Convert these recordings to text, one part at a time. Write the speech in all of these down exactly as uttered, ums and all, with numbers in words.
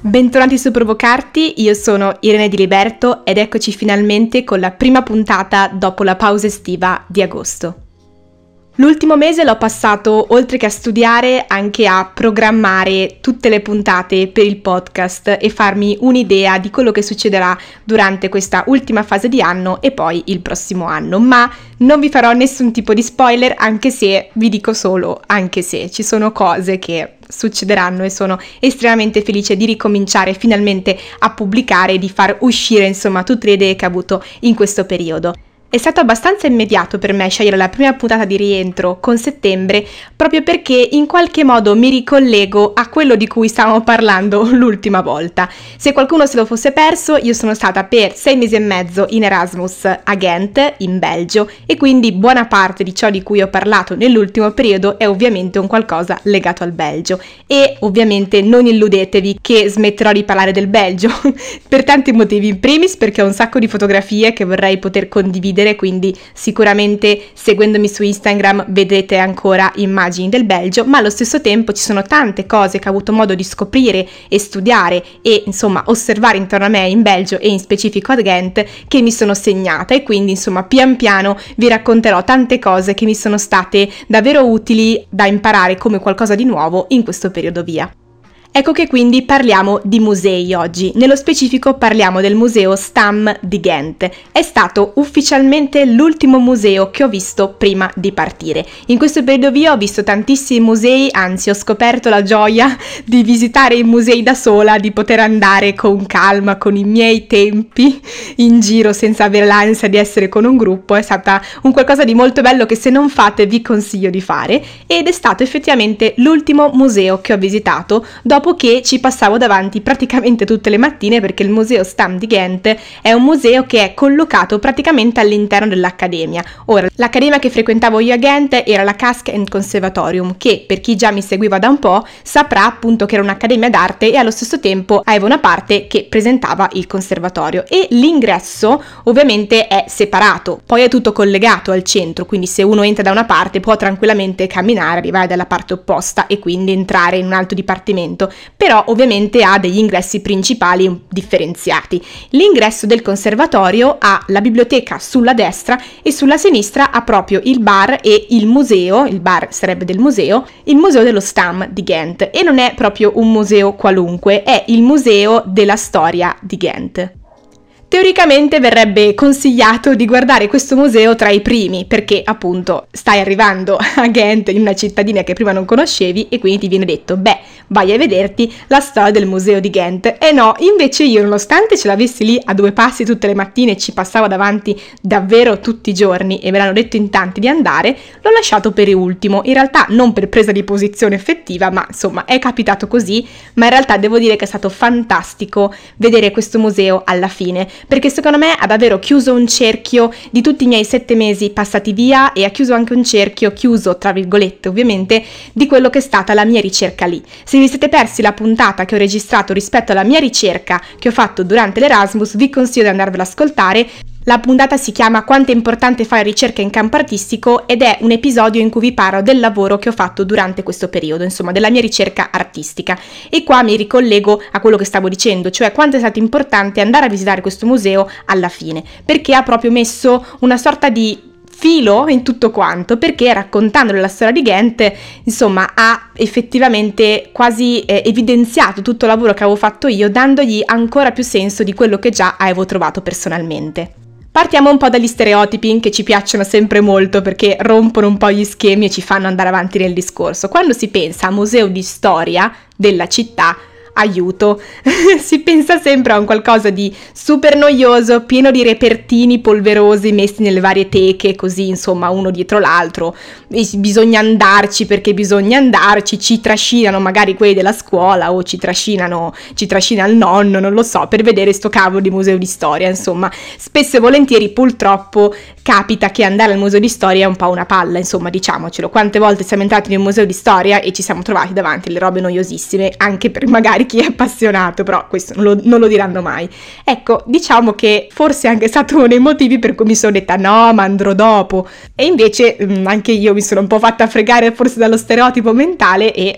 Bentornati su Provocarti, io sono Irene Di Liberto ed eccoci finalmente con la prima puntata dopo la pausa estiva di agosto. L'ultimo mese l'ho passato, oltre che a studiare, anche a programmare tutte le puntate per il podcast e farmi un'idea di quello che succederà durante questa ultima fase di anno e poi il prossimo anno, ma non vi farò nessun tipo di spoiler, anche se vi dico solo, anche se ci sono cose che succederanno e sono estremamente felice di ricominciare finalmente a pubblicare e di far uscire insomma tutte le idee che ho avuto in questo periodo. È stato abbastanza immediato per me scegliere la prima puntata di rientro con settembre, proprio perché in qualche modo mi ricollego a quello di cui stavamo parlando l'ultima volta. Se qualcuno se lo fosse perso, io sono stata per sei mesi e mezzo in Erasmus a Ghent, in Belgio, e quindi buona parte di ciò di cui ho parlato nell'ultimo periodo è ovviamente un qualcosa legato al Belgio. E ovviamente non illudetevi che smetterò di parlare del Belgio, per tanti motivi. In primis perché ho un sacco di fotografie che vorrei poter condividere, quindi sicuramente seguendomi su Instagram vedrete ancora immagini del Belgio, ma allo stesso tempo ci sono tante cose che ho avuto modo di scoprire e studiare e insomma osservare intorno a me in Belgio e in specifico a Ghent che mi sono segnata, e quindi insomma pian piano vi racconterò tante cose che mi sono state davvero utili da imparare come qualcosa di nuovo in questo periodo via. Ecco che quindi parliamo di musei oggi, nello specifico parliamo del museo Stam di Ghent. È stato ufficialmente l'ultimo museo che ho visto prima di partire. In questo periodo via ho visto tantissimi musei, anzi ho scoperto la gioia di visitare i musei da sola, di poter andare con calma, con i miei tempi in giro senza avere l'ansia di essere con un gruppo. È stata un qualcosa di molto bello che se non fate vi consiglio di fare, ed è stato effettivamente l'ultimo museo che ho visitato dopo Dopo che ci passavo davanti praticamente tutte le mattine, perché il museo Stam di Ghent è un museo che è collocato praticamente all'interno dell'accademia. Ora, l'accademia che frequentavo io a Ghent era la Kask and Conservatorium, che per chi già mi seguiva da un po' saprà appunto che era un'accademia d'arte e allo stesso tempo aveva una parte che presentava il conservatorio, e l'ingresso ovviamente è separato, poi è tutto collegato al centro, quindi se uno entra da una parte può tranquillamente camminare, arrivare dalla parte opposta e quindi entrare in un altro dipartimento, però ovviamente ha degli ingressi principali differenziati. L'ingresso del conservatorio ha la biblioteca sulla destra e sulla sinistra ha proprio il bar e il museo, il bar sarebbe del museo, il museo dello Stam di Ghent, e non è proprio un museo qualunque, è il museo della storia di Ghent. Teoricamente verrebbe consigliato di guardare questo museo tra i primi, perché appunto stai arrivando a Ghent, in una cittadina che prima non conoscevi, e quindi ti viene detto, beh, vai a vederti la storia del museo di Ghent. E no, invece io, nonostante ce l'avessi lì a due passi tutte le mattine e ci passavo davanti davvero tutti i giorni e me l'hanno detto in tanti di andare, l'ho lasciato per ultimo. In realtà non per presa di posizione effettiva, ma insomma è capitato così, ma in realtà devo dire che è stato fantastico vedere questo museo alla fine, perché secondo me ha davvero chiuso un cerchio di tutti i miei sette mesi passati via, e ha chiuso anche un cerchio, chiuso tra virgolette ovviamente, di quello che è stata la mia ricerca lì. Se vi siete persi la puntata che ho registrato rispetto alla mia ricerca che ho fatto durante l'Erasmus, vi consiglio di andarvela ad ascoltare. La puntata si chiama Quanto è importante fare ricerca in campo artistico ed è un episodio in cui vi parlo del lavoro che ho fatto durante questo periodo, insomma della mia ricerca artistica. E qua mi ricollego a quello che stavo dicendo, cioè quanto è stato importante andare a visitare questo museo alla fine, perché ha proprio messo una sorta di filo in tutto quanto, perché raccontando la storia di Ghent insomma ha effettivamente quasi eh, evidenziato tutto il lavoro che avevo fatto io, dandogli ancora più senso di quello che già avevo trovato personalmente. Partiamo un po' dagli stereotipi che ci piacciono sempre molto perché rompono un po' gli schemi e ci fanno andare avanti nel discorso. Quando si pensa a museo di storia della città, aiuto, si pensa sempre a un qualcosa di super noioso, pieno di repertini polverosi messi nelle varie teche, così insomma uno dietro l'altro, e bisogna andarci perché bisogna andarci, ci trascinano magari quelli della scuola o ci trascinano, ci trascina il nonno, non lo so, per vedere sto cavolo di museo di storia. Insomma, spesso e volentieri purtroppo capita che andare al museo di storia è un po' una palla, insomma, diciamocelo. Quante volte siamo entrati in un museo di storia e ci siamo trovati davanti alle robe noiosissime, anche per magari chi è appassionato, però questo non lo, non lo diranno mai. Ecco, diciamo che forse è anche stato uno dei motivi per cui mi sono detta no, ma andrò dopo, e invece mh, anche io mi sono un po' fatta fregare forse dallo stereotipo mentale e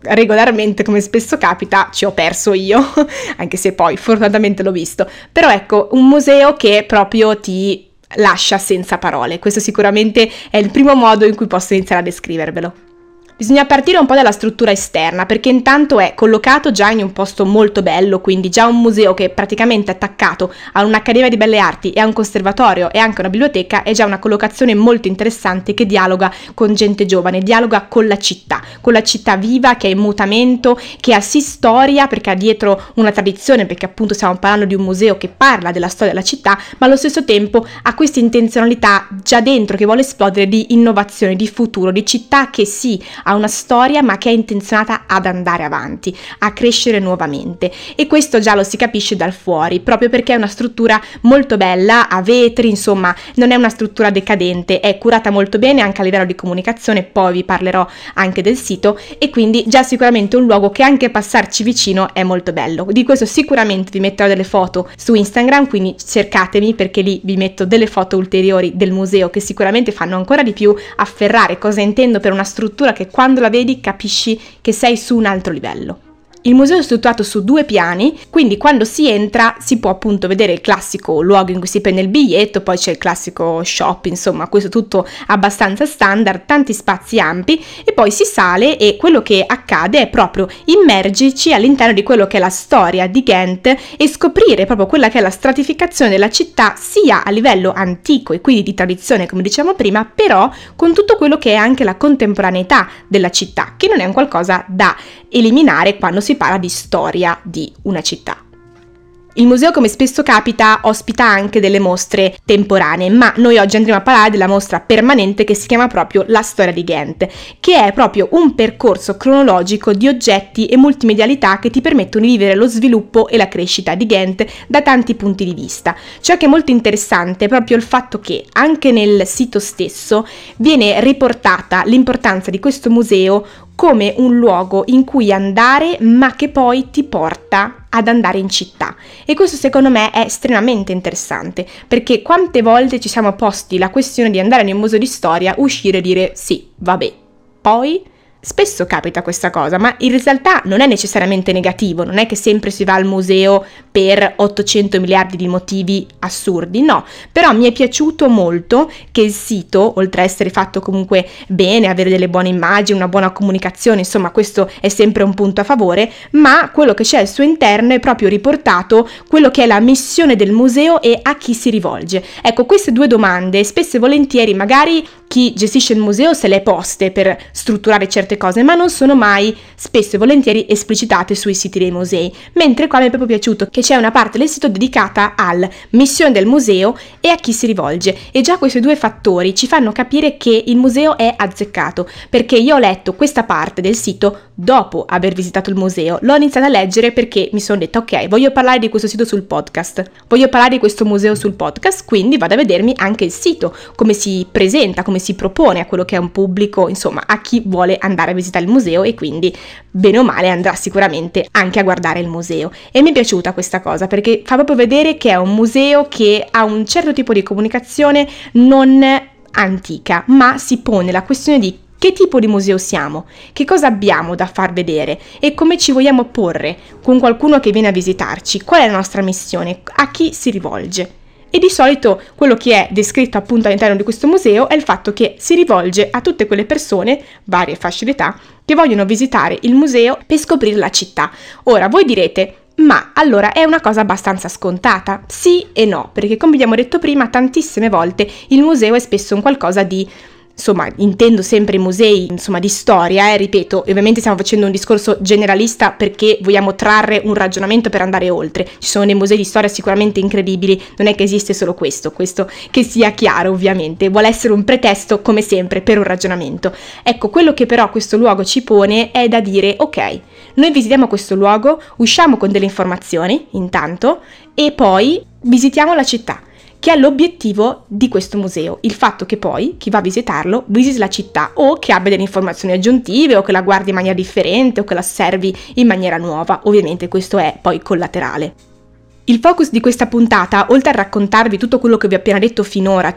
regolarmente, come spesso capita, ci ho perso io, anche se poi fortunatamente l'ho visto. Però ecco, un museo che proprio ti lascia senza parole. Questo sicuramente è il primo modo in cui posso iniziare a descrivervelo. Bisogna partire un po' dalla struttura esterna, perché intanto è collocato già in un posto molto bello, quindi già un museo che è praticamente attaccato a un'accademia di belle arti e a un conservatorio e anche una biblioteca è già una collocazione molto interessante che dialoga con gente giovane, dialoga con la città, con la città viva che è in mutamento, che ha sì storia perché ha dietro una tradizione, perché appunto stiamo parlando di un museo che parla della storia della città, ma allo stesso tempo ha questa intenzionalità già dentro che vuole esplodere di innovazione, di futuro, di città che sì, ha una storia ma che è intenzionata ad andare avanti, a crescere nuovamente, e questo già lo si capisce dal fuori, proprio perché è una struttura molto bella, a vetri, insomma non è una struttura decadente, è curata molto bene anche a livello di comunicazione, poi vi parlerò anche del sito, e quindi già sicuramente un luogo che anche passarci vicino è molto bello. Di questo sicuramente vi metterò delle foto su Instagram, quindi cercatemi perché lì vi metto delle foto ulteriori del museo che sicuramente fanno ancora di più afferrare cosa intendo per una struttura che quando la vedi capisci che sei su un altro livello. Il museo è strutturato su due piani, quindi quando si entra si può appunto vedere il classico luogo in cui si prende il biglietto, poi c'è il classico shop, insomma questo tutto abbastanza standard, tanti spazi ampi, e poi si sale e quello che accade è proprio immergerci all'interno di quello che è la storia di Ghent e scoprire proprio quella che è la stratificazione della città sia a livello antico e quindi di tradizione come dicevamo prima, però con tutto quello che è anche la contemporaneità della città, che non è un qualcosa da eliminare quando si parla di storia di una città. Il museo, come spesso capita, ospita anche delle mostre temporanee, ma noi oggi andremo a parlare della mostra permanente che si chiama proprio La storia di Ghent, che è proprio un percorso cronologico di oggetti e multimedialità che ti permettono di vivere lo sviluppo e la crescita di Ghent da tanti punti di vista. Ciò che è molto interessante è proprio il fatto che anche nel sito stesso viene riportata l'importanza di questo museo come un luogo in cui andare, ma che poi ti porta ad andare in città. E questo secondo me è estremamente interessante, perché quante volte ci siamo posti la questione di andare nel museo di storia, uscire e dire sì, vabbè, poi spesso capita questa cosa, ma in realtà non è necessariamente negativo, non è che sempre si va al museo per ottocento miliardi di motivi assurdi, no, però mi è piaciuto molto che il sito, oltre a essere fatto comunque bene, avere delle buone immagini, una buona comunicazione, insomma questo è sempre un punto a favore, ma quello che c'è al suo interno è proprio riportato quello che è la missione del museo e a chi si rivolge. Ecco, queste due domande spesso e volentieri magari chi gestisce il museo se le è poste per strutturare certe cose, ma non sono mai spesso e volentieri esplicitate sui siti dei musei, mentre qua mi è proprio piaciuto che c'è una parte del sito dedicata alla missione del museo e a chi si rivolge, e già questi due fattori ci fanno capire che il museo è azzeccato, perché io ho letto questa parte del sito dopo aver visitato il museo, l'ho iniziata a leggere perché mi sono detta ok, voglio parlare di questo sito sul podcast, voglio parlare di questo museo sul podcast, quindi vado a vedermi anche il sito, come si presenta, come si propone a quello che è un pubblico, insomma a chi vuole andare a visitare il museo, e quindi bene o male andrà sicuramente anche a guardare il museo. E mi è piaciuta questa cosa perché fa proprio vedere che è un museo che ha un certo tipo di comunicazione non antica, ma si pone la questione di che tipo di museo siamo, che cosa abbiamo da far vedere e come ci vogliamo porre con qualcuno che viene a visitarci, qual è la nostra missione, a chi si rivolge. E di solito quello che è descritto appunto all'interno di questo museo è il fatto che si rivolge a tutte quelle persone, varie fasce d'età, che vogliono visitare il museo per scoprire la città. Ora voi direte, ma allora è una cosa abbastanza scontata? Sì e no, perché come abbiamo detto prima, tantissime volte il museo è spesso un qualcosa di... Insomma, intendo sempre i musei, insomma, di storia, eh, ripeto, ovviamente stiamo facendo un discorso generalista perché vogliamo trarre un ragionamento per andare oltre. Ci sono dei musei di storia sicuramente incredibili, non è che esiste solo questo, questo che sia chiaro ovviamente, vuole essere un pretesto come sempre per un ragionamento. Ecco, quello che però questo luogo ci pone è da dire, ok, noi visitiamo questo luogo, usciamo con delle informazioni intanto e poi visitiamo la città, che è l'obiettivo di questo museo, il fatto che poi chi va a visitarlo visiti la città o che abbia delle informazioni aggiuntive o che la guardi in maniera differente o che la osservi in maniera nuova, ovviamente questo è poi collaterale. Il focus di questa puntata, oltre a raccontarvi tutto quello che vi ho appena detto finora, cioè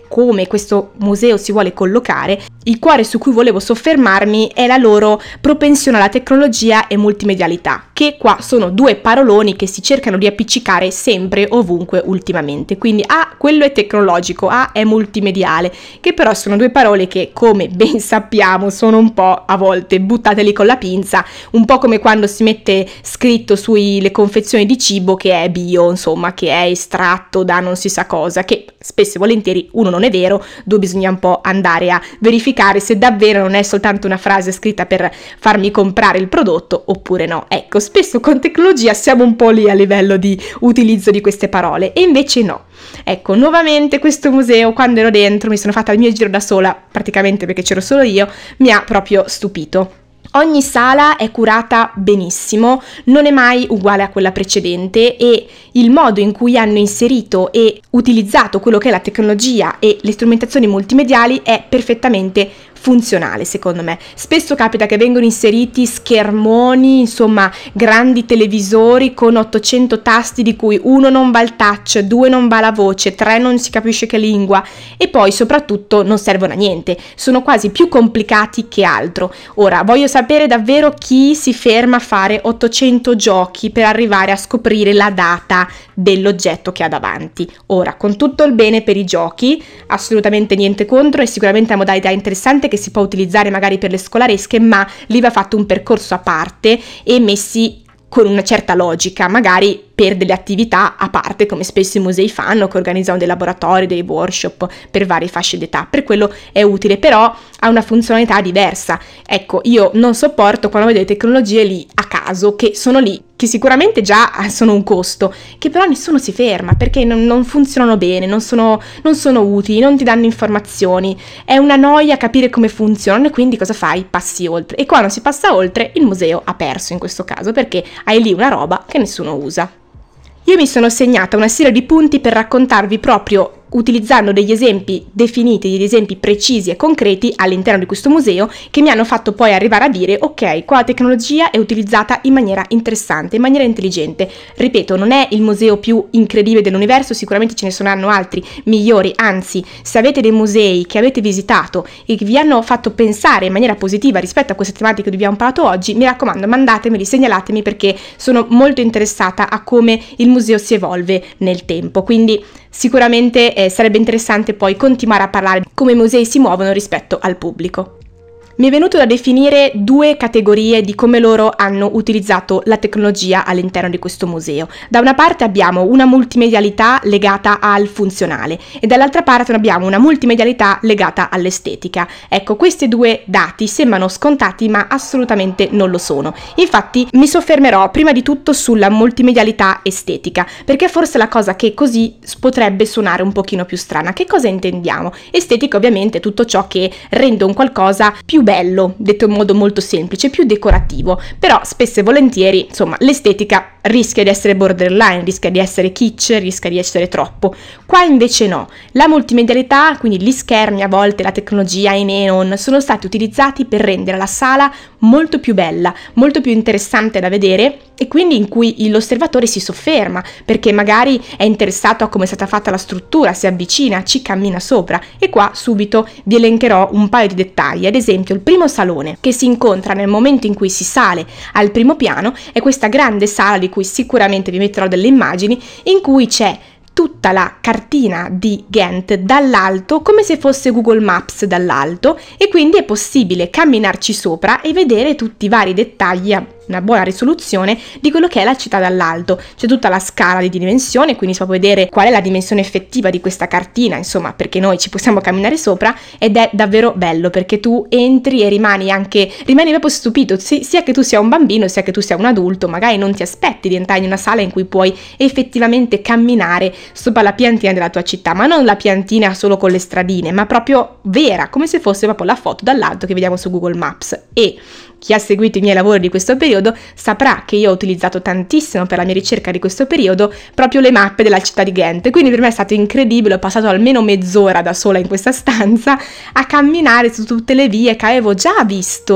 come questo museo si vuole collocare, il cuore su cui volevo soffermarmi è la loro propensione alla tecnologia e multimedialità, che qua sono due paroloni che si cercano di appiccicare sempre, ovunque, ultimamente. Quindi ah, quello è tecnologico, ah, è multimediale, che però sono due parole che, come ben sappiamo, sono un po' a volte buttate lì con la pinza, un po' come quando si mette scritto sulle confezioni di cibo che è bio, insomma, che è estratto da non si sa cosa, che spesso e volentieri uno non è vero, due bisogna un po' andare a verificare se davvero non è soltanto una frase scritta per farmi comprare il prodotto oppure no. Ecco, spesso con tecnologia siamo un po' lì a livello di utilizzo di queste parole e invece no. Ecco, nuovamente questo museo, quando ero dentro, mi sono fatta il mio giro da sola, praticamente perché c'ero solo io, mi ha proprio stupito. Ogni sala è curata benissimo, non è mai uguale a quella precedente e il modo in cui hanno inserito e utilizzato quello che è la tecnologia e le strumentazioni multimediali è perfettamente funzionale, secondo me. Spesso capita che vengono inseriti schermoni, insomma grandi televisori con ottocento tasti di cui uno non va al touch, due non va la voce, tre non si capisce che lingua e poi soprattutto non servono a niente, sono quasi più complicati che altro. Ora voglio sapere davvero chi si ferma a fare ottocento giochi per arrivare a scoprire la data dell'oggetto che ha davanti. Ora, con tutto il bene per i giochi, assolutamente niente contro, è sicuramente una modalità interessante che si può utilizzare magari per le scolaresche, ma lì va fatto un percorso a parte e messi con una certa logica, magari per delle attività a parte, come spesso i musei fanno, che organizzano dei laboratori, dei workshop per varie fasce d'età. Per quello è utile, però ha una funzionalità diversa. Ecco, io non sopporto quando vedo le tecnologie lì a caso, che sono lì, che sicuramente già sono un costo, che però nessuno si ferma, perché non, non funzionano bene, non sono, non sono utili, non ti danno informazioni, è una noia capire come funzionano e quindi cosa fai? Passi oltre. E quando si passa oltre, il museo ha perso in questo caso, perché hai lì una roba che nessuno usa. Io mi sono segnata una serie di punti per raccontarvi proprio utilizzando degli esempi definiti, degli esempi precisi e concreti all'interno di questo museo che mi hanno fatto poi arrivare a dire ok, qua la tecnologia è utilizzata in maniera interessante, in maniera intelligente. Ripeto, non è il museo più incredibile dell'universo, sicuramente ce ne saranno altri migliori, anzi, se avete dei musei che avete visitato e che vi hanno fatto pensare in maniera positiva rispetto a queste tematiche di cui abbiamo parlato oggi, mi raccomando, mandatemeli, segnalatemi, perché sono molto interessata a come il museo si evolve nel tempo, quindi sicuramente eh, sarebbe interessante poi continuare a parlare come i musei si muovono rispetto al pubblico. Mi è venuto da definire due categorie di come loro hanno utilizzato la tecnologia all'interno di questo museo. Da una parte abbiamo una multimedialità legata al funzionale e dall'altra parte abbiamo una multimedialità legata all'estetica. Ecco, questi due dati sembrano scontati ma assolutamente non lo sono. Infatti mi soffermerò prima di tutto sulla multimedialità estetica, perché forse la cosa che così potrebbe suonare un pochino più strana. Che cosa intendiamo? Estetica ovviamente è tutto ciò che rende un qualcosa più bello, detto in modo molto semplice, più decorativo, però spesso e volentieri, insomma, l'estetica rischia di essere borderline, rischia di essere kitsch, rischia di essere troppo. Qua invece no, la multimedialità, quindi gli schermi, a volte la tecnologia, i neon, sono stati utilizzati per rendere la sala molto più bella, molto più interessante da vedere e quindi in cui l'osservatore si sofferma, perché magari è interessato a come è stata fatta la struttura, si avvicina, ci cammina sopra e qua subito vi elencherò un paio di dettagli. Ad esempio il primo salone che si incontra nel momento in cui si sale al primo piano è questa grande sala di cui sicuramente vi metterò delle immagini, in cui c'è tutta la cartina di Ghent dall'alto, come se fosse Google Maps dall'alto, e quindi è possibile camminarci sopra e vedere tutti i vari dettagli a una buona risoluzione di quello che è la città dall'alto. C'è tutta la scala di dimensione, quindi si può vedere qual è la dimensione effettiva di questa cartina, insomma, perché noi ci possiamo camminare sopra, ed è davvero bello perché tu entri e rimani anche rimani proprio stupito, sia che tu sia un bambino sia che tu sia un adulto. Magari non ti aspetti di entrare in una sala in cui puoi effettivamente camminare sopra la piantina della tua città, ma non la piantina solo con le stradine, ma proprio vera, come se fosse proprio la foto dall'alto che vediamo su Google Maps. E chi ha seguito i miei lavori di questo periodo saprà che io ho utilizzato tantissimo per la mia ricerca di questo periodo proprio le mappe della città di Ghent, quindi per me è stato incredibile. Ho passato almeno mezz'ora da sola in questa stanza a camminare su tutte le vie che avevo già visto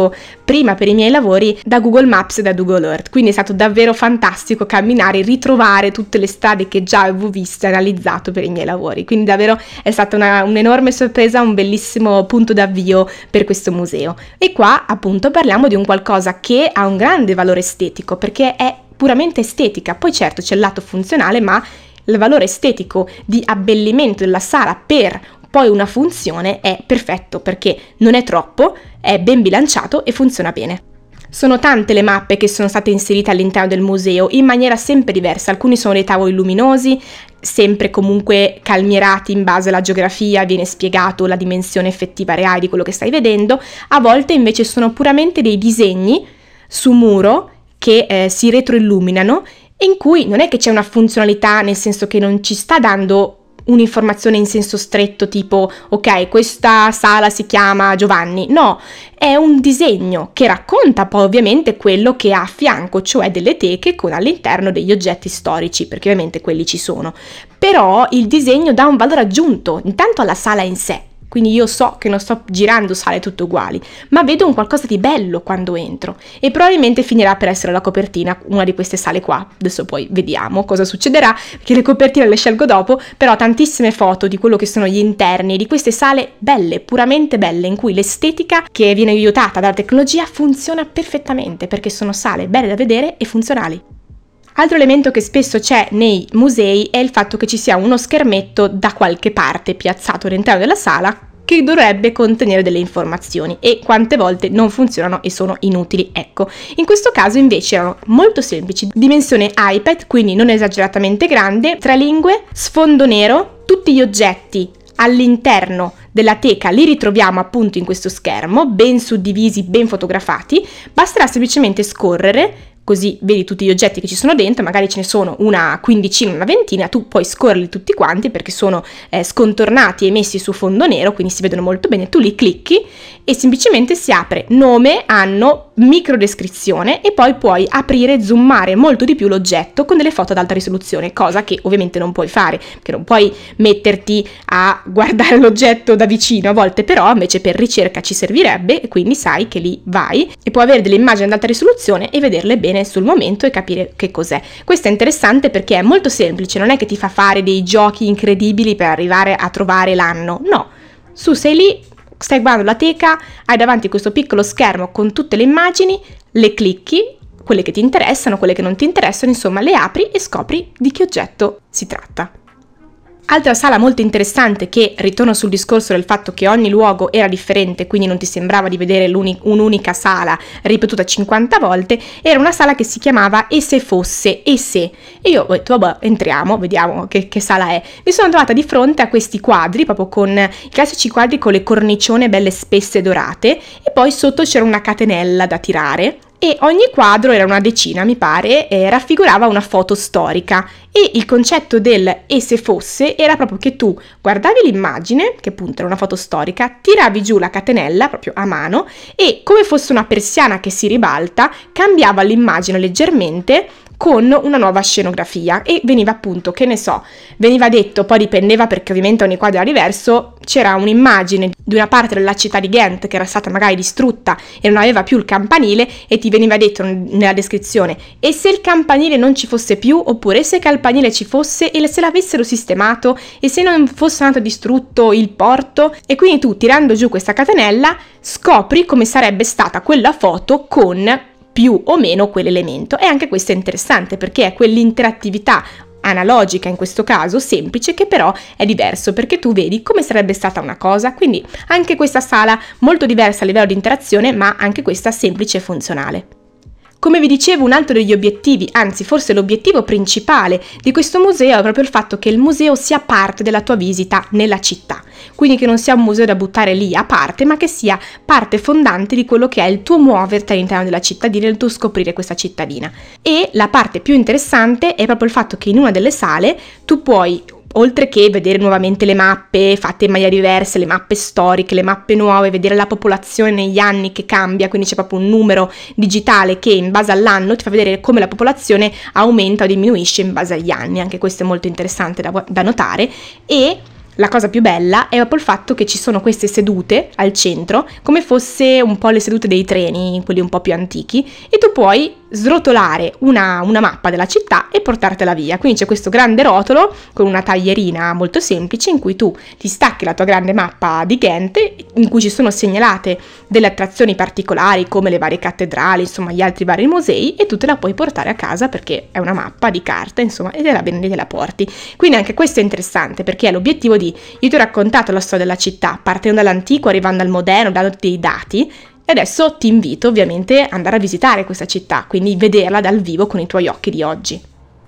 prima per i miei lavori da Google Maps e da Google Earth, quindi è stato davvero fantastico camminare e ritrovare tutte le strade che già avevo visto e analizzato per i miei lavori, quindi davvero è stata una, un'enorme sorpresa, un bellissimo punto d'avvio per questo museo. E qua appunto parliamo di un qualcosa che ha un grande valore estetico, perché è puramente estetica. Poi certo c'è il lato funzionale, ma il valore estetico di abbellimento della sala per poi una funzione è perfetto, perché non è troppo, è ben bilanciato e funziona bene. Sono tante le mappe che sono state inserite all'interno del museo in maniera sempre diversa. Alcuni sono dei tavoli luminosi, sempre comunque calmierati in base alla geografia, viene spiegato la dimensione effettiva reale di quello che stai vedendo. A volte invece sono puramente dei disegni su muro che eh, si retroilluminano, in cui non è che c'è una funzionalità, nel senso che non ci sta dando un'informazione in senso stretto tipo ok, questa sala si chiama Giovanni. No, è un disegno che racconta poi ovviamente quello che ha a fianco, cioè delle teche con all'interno degli oggetti storici, perché ovviamente quelli ci sono. Però il disegno dà un valore aggiunto intanto alla sala in sé. Quindi io so che non sto girando sale tutte uguali, ma vedo un qualcosa di bello quando entro, e probabilmente finirà per essere la copertina, una di queste sale qua. Adesso poi vediamo cosa succederà, perché le copertine le scelgo dopo, però tantissime foto di quello che sono gli interni di queste sale belle, puramente belle, in cui l'estetica che viene aiutata dalla tecnologia funziona perfettamente, perché sono sale belle da vedere e funzionali. Altro elemento che spesso c'è nei musei è il fatto che ci sia uno schermetto da qualche parte piazzato all'interno della sala che dovrebbe contenere delle informazioni, e quante volte non funzionano e sono inutili. Ecco, in questo caso invece erano molto semplici, dimensione iPad, quindi non esageratamente grande, tre lingue, sfondo nero, tutti gli oggetti all'interno della teca li ritroviamo appunto in questo schermo, ben suddivisi, ben fotografati. Basterà semplicemente scorrere, così vedi tutti gli oggetti che ci sono dentro, magari ce ne sono una quindicina, una ventina, tu puoi scorrerli tutti quanti perché sono eh, scontornati e messi su fondo nero, quindi si vedono molto bene. Tu li clicchi e semplicemente si apre nome, anno, microdescrizione, e poi puoi aprire e zoomare molto di più l'oggetto con delle foto ad alta risoluzione, cosa che ovviamente non puoi fare, perché non puoi metterti a guardare l'oggetto da vicino. A volte però invece per ricerca ci servirebbe, e quindi sai che lì vai e puoi avere delle immagini ad alta risoluzione e vederle bene sul momento e capire che cos'è. Questo è interessante perché è molto semplice, non è che ti fa fare dei giochi incredibili per arrivare a trovare l'anno, no, su sei lì, stai guardando la teca, hai davanti questo piccolo schermo con tutte le immagini, le clicchi, quelle che ti interessano, quelle che non ti interessano, insomma le apri e scopri di che oggetto si tratta. Altra sala molto interessante, che ritorno sul discorso del fatto che ogni luogo era differente, quindi non ti sembrava di vedere un'unica sala ripetuta cinquanta volte, era una sala che si chiamava E se fosse, e se. E io ho detto vabbè, entriamo, vediamo che, che sala è. Mi sono trovata di fronte a questi quadri, proprio con i classici quadri con le cornicione belle spesse dorate, e poi sotto c'era una catenella da tirare. E ogni quadro, era una decina mi pare, eh, raffigurava una foto storica, e il concetto del e se fosse era proprio che tu guardavi l'immagine, che appunto era una foto storica, tiravi giù la catenella proprio a mano e, come fosse una persiana che si ribalta, cambiava l'immagine leggermente con una nuova scenografia, e veniva appunto, che ne so, veniva detto, poi dipendeva perché ovviamente ogni quadro era diverso, c'era un'immagine di una parte della città di Ghent che era stata magari distrutta e non aveva più il campanile, e ti veniva detto nella descrizione e se il campanile non ci fosse più, oppure se il campanile ci fosse e se l'avessero sistemato, e se non fosse stato distrutto il porto. E quindi tu, tirando giù questa catenella, scopri come sarebbe stata quella foto con più o meno quell'elemento. E anche questo è interessante perché è quell'interattività analogica, in questo caso semplice, che però è diverso perché tu vedi come sarebbe stata una cosa. Quindi anche questa sala molto diversa a livello di interazione, ma anche questa semplice e funzionale. Come vi dicevo, un altro degli obiettivi, anzi forse l'obiettivo principale di questo museo, è proprio il fatto che il museo sia parte della tua visita nella città, quindi che non sia un museo da buttare lì a parte, ma che sia parte fondante di quello che è il tuo muoverti all'interno della cittadina, il tuo scoprire questa cittadina. E la parte più interessante è proprio il fatto che in una delle sale tu puoi, oltre che vedere nuovamente le mappe fatte in maniera diversa, le mappe storiche, le mappe nuove, vedere la popolazione negli anni che cambia, quindi c'è proprio un numero digitale che in base all'anno ti fa vedere come la popolazione aumenta o diminuisce in base agli anni. Anche questo è molto interessante da, da notare. E La cosa più bella è proprio il fatto che ci sono queste sedute al centro, come fosse un po' le sedute dei treni, quelli un po' più antichi, e tu puoi srotolare una, una mappa della città e portartela via. Quindi c'è questo grande rotolo con una taglierina molto semplice in cui tu ti stacchi la tua grande mappa di Ghent, in cui ci sono segnalate delle attrazioni particolari come le varie cattedrali, insomma gli altri vari musei, e tu te la puoi portare a casa perché è una mappa di carta, insomma, e te la prendi e te la porti. Quindi anche questo è interessante perché è l'obiettivo di, io ti ho raccontato la storia della città, partendo dall'antico, arrivando al moderno, dando dei dati, e adesso ti invito ovviamente ad andare a visitare questa città, quindi vederla dal vivo con i tuoi occhi di oggi.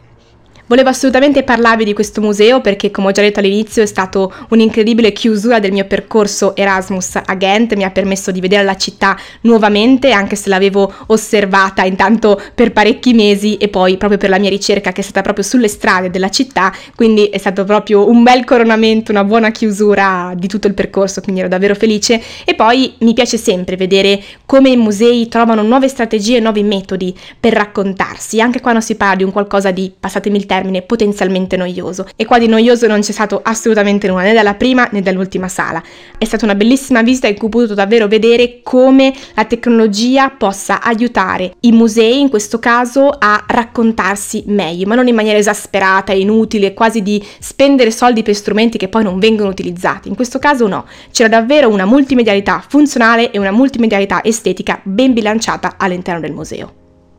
Volevo assolutamente parlarvi di questo museo perché, come ho già detto all'inizio, è stato un'incredibile chiusura del mio percorso Erasmus a Ghent, mi ha permesso di vedere la città nuovamente, anche se l'avevo osservata intanto per parecchi mesi e poi proprio per la mia ricerca che è stata proprio sulle strade della città, quindi è stato proprio un bel coronamento, una buona chiusura di tutto il percorso, quindi ero davvero felice. E poi mi piace sempre vedere come i musei trovano nuove strategie e nuovi metodi per raccontarsi, anche quando si parla di un qualcosa di, passatemi il termine, potenzialmente noioso, e qua di noioso non c'è stato assolutamente nulla, né dalla prima né dall'ultima sala. È stata una bellissima visita in cui ho potuto davvero vedere come la tecnologia possa aiutare i musei, in questo caso, a raccontarsi meglio, ma non in maniera esasperata, inutile, quasi di spendere soldi per strumenti che poi non vengono utilizzati. In questo caso no, c'era davvero una multimedialità funzionale e una multimedialità estetica ben bilanciata all'interno del museo.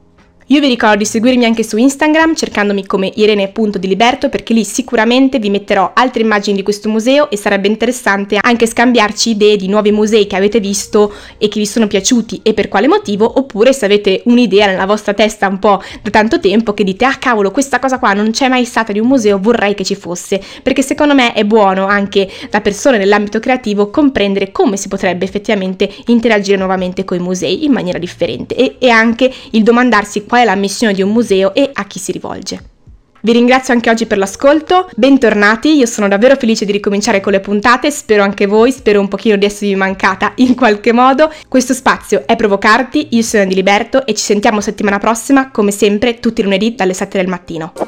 Io vi ricordo di seguirmi anche su Instagram cercandomi come irene punto di liberto, perché lì sicuramente vi metterò altre immagini di questo museo e sarebbe interessante anche scambiarci idee di nuovi musei che avete visto e che vi sono piaciuti e per quale motivo, oppure se avete un'idea nella vostra testa un po' da tanto tempo che dite ah cavolo, questa cosa qua non c'è mai stata di un museo, vorrei che ci fosse, perché secondo me è buono anche da persone nell'ambito creativo comprendere come si potrebbe effettivamente interagire nuovamente con i musei in maniera differente e, e anche il domandarsi qual è la missione di un museo e a chi si rivolge. Vi ringrazio anche oggi per l'ascolto, bentornati, io sono davvero felice di ricominciare con le puntate, spero anche voi, spero un pochino di esservi mancata in qualche modo. Questo spazio è Provocarti, io sono Di Liberto e ci sentiamo settimana prossima, come sempre, tutti i lunedì dalle sette del mattino.